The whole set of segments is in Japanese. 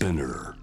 Spinner.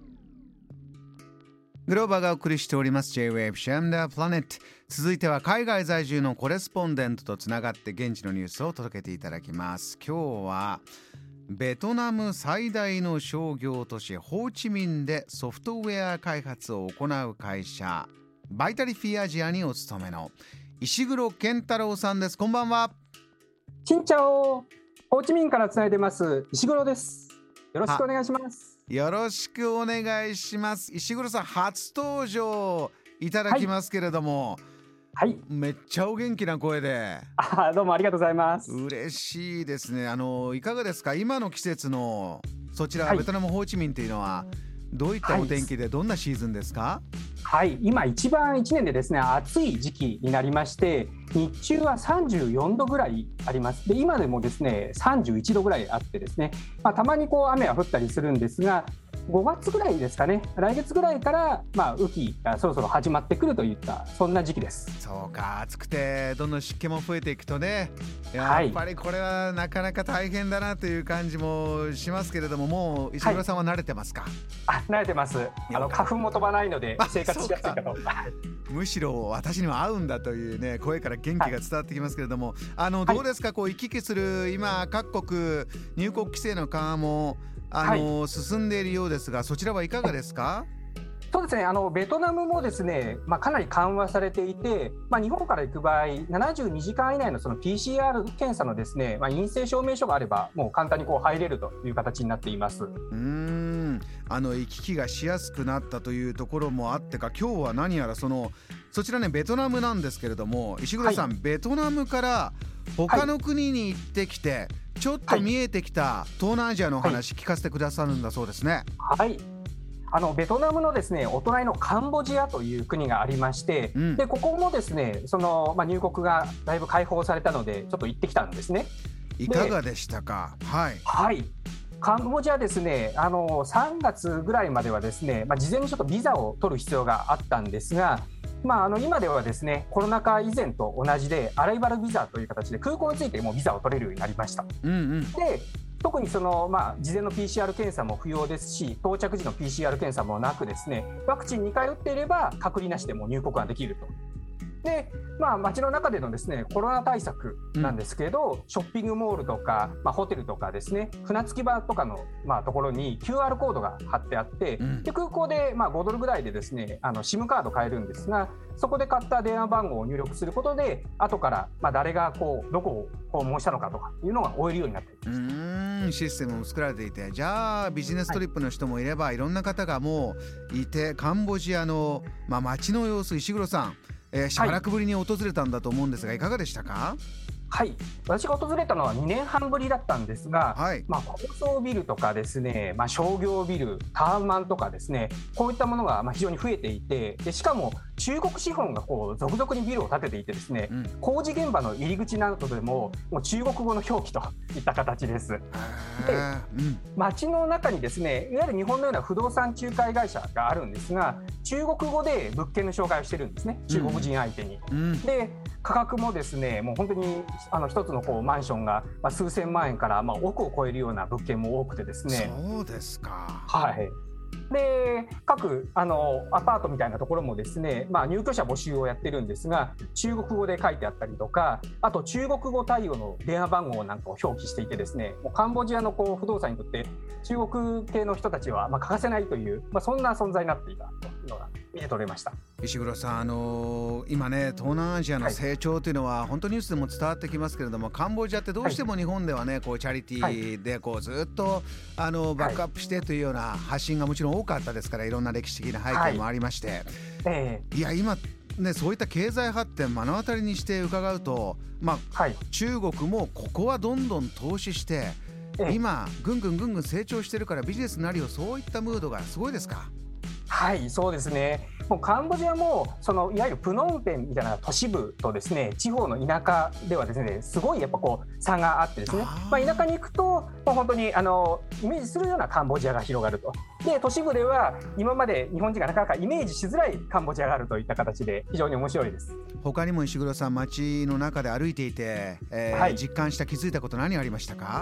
グローバーがお送りしております J-Wave Sham the Planet。 続いては海外在住のコレスポンデントとつながって現地のニュースを届けていただきます。今日はベトナム最大の商業都市ホーチミンでソフトウェア開発を行う会社バイタリフィアジアにお勤めの石黒健太郎さんです。こんばんは。 チンチャオ、ホーチミンからつないでます石黒です。よろしくお願いします。 よろしくお願いします。石黒さん、初登場いただきますけれども、 はい、 めっちゃお元気な声でどうもありがとうございます。 嬉しいですね。いかがですか、今の季節のそちら、ベトナムホーチミンというのはどういったお天気で、どんなシーズンですか？ はい、今一番1年でですね暑い時期になりまして、日中は34度ぐらいあります。で今でもですね31度ぐらいあってですね、たまに雨は降ったりするんですが、5月ぐらいですかね、来月ぐらいから雨季がそろそろ始まってくるといったそんな時期です。 そうか、暑くてどんどん湿気も増えていくとね、やっぱりこれはなかなか大変だなという感じもしますけれども、もう石黒さんは慣れてますか？ 慣れてます。花粉も飛ばないので生活しやすいかと。 むしろ私には合うんだというね、声から元気が伝わってきますけれども、どうですか、行き来する今各国入国規制の緩和も進んでいるようですが、そちらはいかがですか？ そうですね、ベトナムもですね、かなり緩和されていて、日本から行く場合72時間以内のその PCR 検査のですね、陰性証明書があればもう簡単に入れるという形になっています。 行き来がしやすくなったというところもあってか、今日は何やらそちらね、ベトナムなんですけれども、石黒さん、ベトナムから他の国に行ってきて、ちょっと見えてきた東南アジアのお話、聞かせてくださるんだそうですね。 はい、ベトナムのですねお隣のカンボジアという国がありまして、でここもですね入国がだいぶ開放されたのでちょっと行ってきたんですね。 いかがでしたか？ はい、カンボジアですね、3月ぐらいまではですね、事前にちょっとビザを取る必要があったんですが、今ではですねコロナ禍以前と同じでアライバルビザという形で空港についてもうビザを取れるようになりました。で特に事前の PCR 検査も不要ですし、到着時の PCR 検査もなくですね、ワクチン2回打っていれば隔離なしでも入国ができると。で街の中でのですねコロナ対策なんですけど、ショッピングモールとか、ホテルとかですね、船着き場とかの、ところに QR コードが貼ってあって、で空港で5ドルぐらいでですねSIM カード買えるんですが、そこで買った電話番号を入力することで後から、誰がどこを訪問したのかとかいうのが追えるようになっています。 システムも作られていて、じゃあビジネストリップの人もいれば、いろんな方がもういて、カンボジアの、街の様子、石黒さん、しばらくぶりに訪れたんだと思うんですが、いかがでしたか？ はい、私が訪れたのは2年半ぶりだったんですが、高層ビルとかですね、商業ビル、タワマンとかですね、こういったものが非常に増えていて、でしかも中国資本が続々にビルを建てていてですね、工事現場の入り口などでも中国語の表記といった形です。で、街の中にですね、いわゆる日本のような不動産仲介会社があるんですが、中国語で物件の紹介をしてるんですね、中国人相手に。で価格もですね、もう本当に一つのマンションが数千万円から億を超えるような物件も多くてですね。 そうですか。 はい。で各アパートみたいなところもですね、入居者募集をやってるんですが、中国語で書いてあったりとか、あと中国語対応の電話番号なんかを表記していてですね、もうカンボジアの不動産にとって中国系の人たちは欠かせないという、そんな存在になっていたというのが見て取れました。 石黒さん、今ね、東南アジアの成長というのは、本当ニュースでも伝わってきますけれども、カンボジアってどうしても日本ではね、チャリティーでずっとバックアップしてというような発信がもちろん多かったですから、いろんな歴史的な背景もありまして、いや今ね、そういった経済発展目の当たりにして伺うと、中国もここはどんどん投資して、今ぐんぐん成長してるからビジネスになるよ、そういったムードがすごいですか？ はい、そうですね。もうカンボジアもいわゆるプノンペンみたいな都市部とですね、地方の田舎ではですね、すごいやっぱ差があってですね、田舎に行くと本当にイメージするようなカンボジアが広がると。で都市部では今まで日本人がなかなかイメージしづらいカンボジアがあるといった形で非常に面白いです。 他にも石黒さん、街の中で歩いていて、実感した、気づいたこと何ありましたか？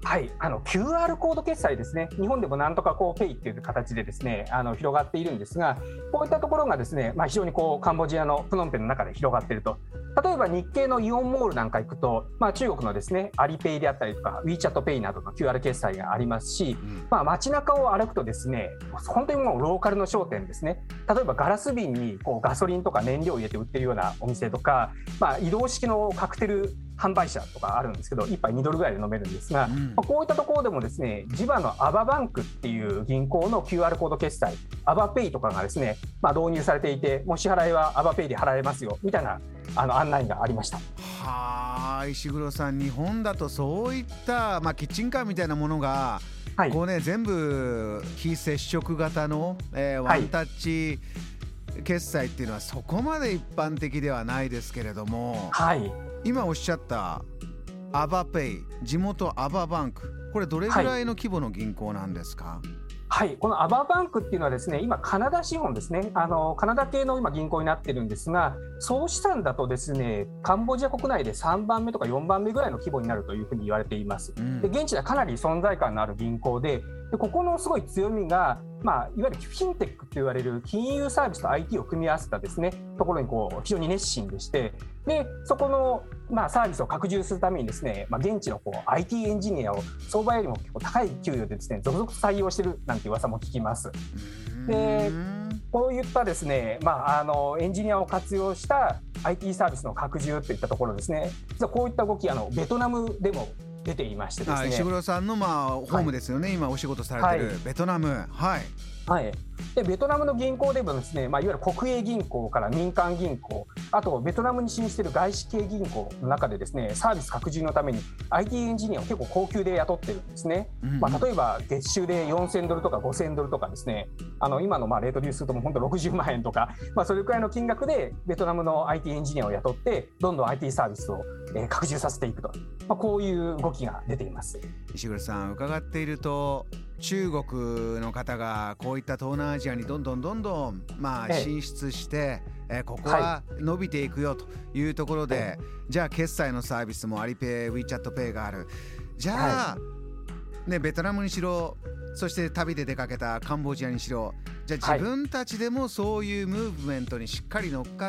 はい、QR コード決済ですね、日本でもなんとかこうペイっていう形でですね広がっているんですが、こういったところがですね、非常にこうカンボジアのプノンペンの中で広がっていると。例えば日系のイオンモールなんか行くと、中国のですねアリペイであったりとか WeChatPay などの QR 決済がありますし、街中を歩くとですね、本当にもうローカルの商店ですね、例えばガラス瓶にこうガソリンとか燃料を入れて売ってるようなお店とか、移動式のカクテル販売者とかあるんですけど、1杯2ドルぐらいで飲めるんですが、こういったところでもですね、地場のアババンクっていう銀行の QR コード決済、アバペイとかがですね、導入されていて、もう支払いはアバペイで払えますよみたいな案内がありました。 はあ、石黒さん、日本だとそういった、キッチンカーみたいなものが、こうね、全部非接触型の、ワンタッチ決済っていうのはそこまで一般的ではないですけれども、今おっしゃったアバペイ、地元アババンク、これどれぐらいの規模の銀行なんですか？ このアババンクっていうのはですね、今カナダ資本ですね、カナダ系の今銀行になってるんですが、総資産だとですね、カンボジア国内で3番目とか4番目ぐらいの規模になるというふうに言われています。で、現地ではかなり存在感のある銀行で、ここのすごい強みが、いわゆるフィンテックと言われる金融サービスと IT を組み合わせたですねところに非常に熱心でして、でそこのサービスを拡充するためにですね、現地のIT エンジニアを相場よりも結構高い給与でですね続々採用してるなんて噂も聞きます。でこういったですね、エンジニアを活用した IT サービスの拡充といったところですね、実はこういった動きベトナムでも出ていましてですね、 石黒さんのホームですよね、今お仕事されてる、ベトナム、 でベトナムの銀行でもですね、いわゆる国営銀行から民間銀行、あとベトナムに進出している外資系銀行の中でですね、サービス拡充のために IT エンジニアを結構高級で雇ってるんですね。例えば月収で4000ドルとか5000ドルとかですね、今のレートでいうともう本当60万円とか、それくらいの金額でベトナムの IT エンジニアを雇ってどんどん IT サービスを拡充させていくと、こういう動きが出ています。 石黒さん、伺っていると中国の方がこういった東南アジアにどんどん進出して、ここは伸びていくよというところで、じゃあ決済のサービスもアリペイ、WeChatPay がある。じゃあ、ベトナムにしろ、そして旅で出かけたカンボジアにしろ、じゃあ自分たちでもそういうムーブメントにしっかり乗っかって、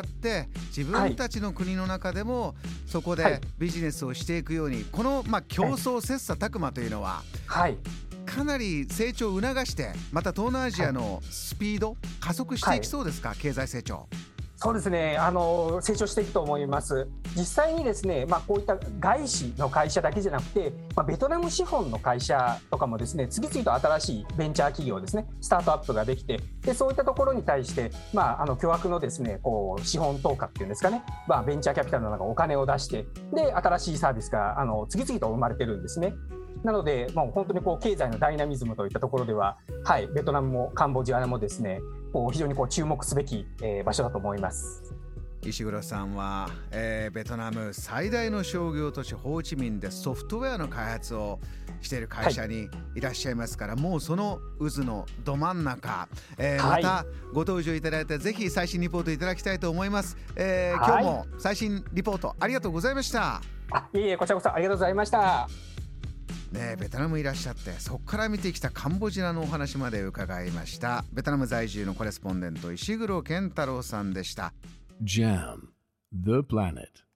自分たちの国の中でもそこでビジネスをしていくように、この競争切磋琢磨というのは、かなり成長を促して、また東南アジアのスピード、加速していきそうですか、経済成長。 そうですね、成長していくと思います。実際にですね、こういった外資の会社だけじゃなくて、ベトナム資本の会社とかもですね、次々と新しいベンチャー企業ですね、スタートアップができて、でそういったところに対して、巨額のですね資本投下っていうんですかね、ベンチャーキャピタルの中お金を出して、で新しいサービスが次々と生まれてるんですね。なので、本当に経済のダイナミズムといったところでは、ベトナムもカンボジアもですね、非常に注目すべき場所だと思います。 石黒さんは、ベトナム最大の商業都市ホーチミンでソフトウェアの開発をしている会社にいらっしゃいますから、もうその渦のど真ん中、またご登場いただいて、ぜひ最新リポートいただきたいと思います。今日も最新リポートありがとうございました。 いえいえ、こちらこそありがとうございました。 ベトナムいらっしゃって、そこから見てきたカンボジアのお話まで伺いました。ベトナム在住のコレスポンデント石黒健太郎さんでした。 JAM The Planet